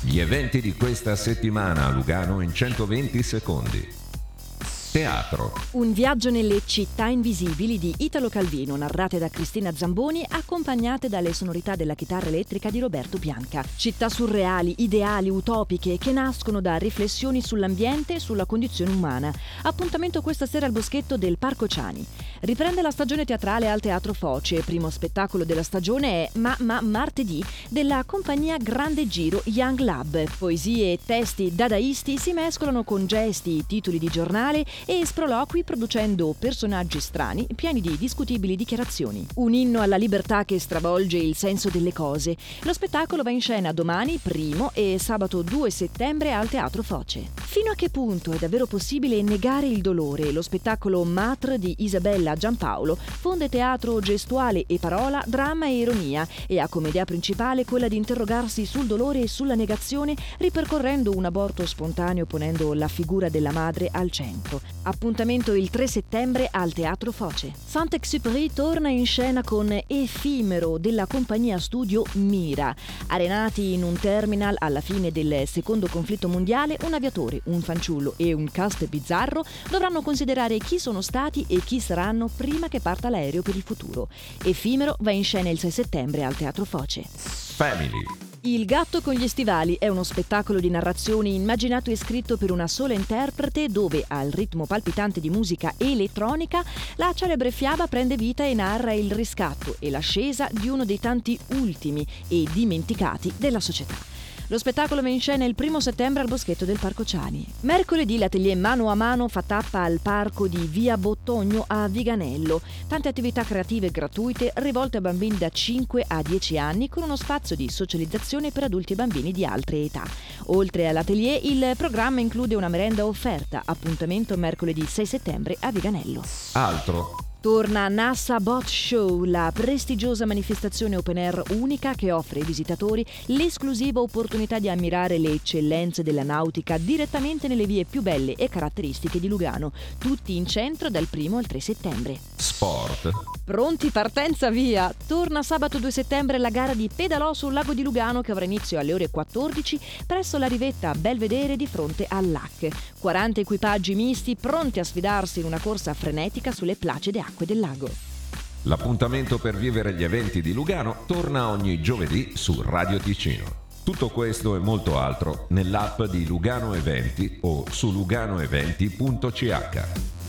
Gli eventi di questa settimana a Lugano in 120 secondi. Teatro. Un viaggio nelle città invisibili di Italo Calvino, narrate da Cristina Zamboni, accompagnate dalle sonorità della chitarra elettrica di Roberto Bianca. Città surreali, ideali, utopiche, che nascono da riflessioni sull'ambiente e sulla condizione umana. Appuntamento questa sera al Boschetto del Parco Ciani. Riprende la stagione teatrale al Teatro Foce. Primo spettacolo della stagione è martedì della compagnia Grande Giro Young Lab. Poesie e testi dadaisti si mescolano con gesti, titoli di giornale e sproloqui, producendo personaggi strani pieni di discutibili dichiarazioni. Un inno alla libertà che stravolge il senso delle cose. Lo spettacolo va in scena domani, 1 e sabato 2 settembre al Teatro Foce. Fino a che punto è davvero possibile negare il dolore? Lo spettacolo Matre di Isabella Giampaolo fonde teatro gestuale e parola, dramma e ironia, e ha come idea principale quella di interrogarsi sul dolore e sulla negazione, ripercorrendo un aborto spontaneo ponendo la figura della madre al centro. Appuntamento il 3 settembre al Teatro Foce. Saint-Exupéry torna in scena con Effimero della compagnia studio Mira. Arenati in un terminal alla fine del secondo conflitto mondiale, un aviatore, un fanciullo e un cast bizzarro dovranno considerare chi sono stati e chi saranno prima che parta l'aereo per il futuro. Effimero va in scena il 6 settembre al Teatro Foce. Family. Il gatto con gli stivali è uno spettacolo di narrazioni immaginato e scritto per una sola interprete, dove al ritmo palpitante di musica elettronica la celebre fiaba prende vita e narra il riscatto e l'ascesa di uno dei tanti ultimi e dimenticati della società. Lo spettacolo va in scena il 1 settembre al Boschetto del Parco Ciani. Mercoledì l'atelier Mano a Mano fa tappa al parco di Via Bottogno a Viganello. Tante attività creative gratuite rivolte a bambini da 5 a 10 anni, con uno spazio di socializzazione per adulti e bambini di altre età. Oltre all'atelier, il programma include una merenda offerta. Appuntamento mercoledì 6 settembre a Viganello. Altro. Torna NASA Bot Show, la prestigiosa manifestazione open air unica che offre ai visitatori l'esclusiva opportunità di ammirare le eccellenze della nautica direttamente nelle vie più belle e caratteristiche di Lugano, tutti in centro dal 1 al 3 settembre. Sport. Pronti, partenza, via! Torna sabato 2 settembre la gara di pedalò sul lago di Lugano, che avrà inizio alle ore 14 presso la rivetta Belvedere di fronte al LAC. 40 equipaggi misti pronti a sfidarsi in una corsa frenetica sulle placide acque del lago. L'appuntamento per vivere gli eventi di Lugano torna ogni giovedì su Radio Ticino. Tutto questo e molto altro nell'app di Lugano Eventi o su luganoeventi.ch.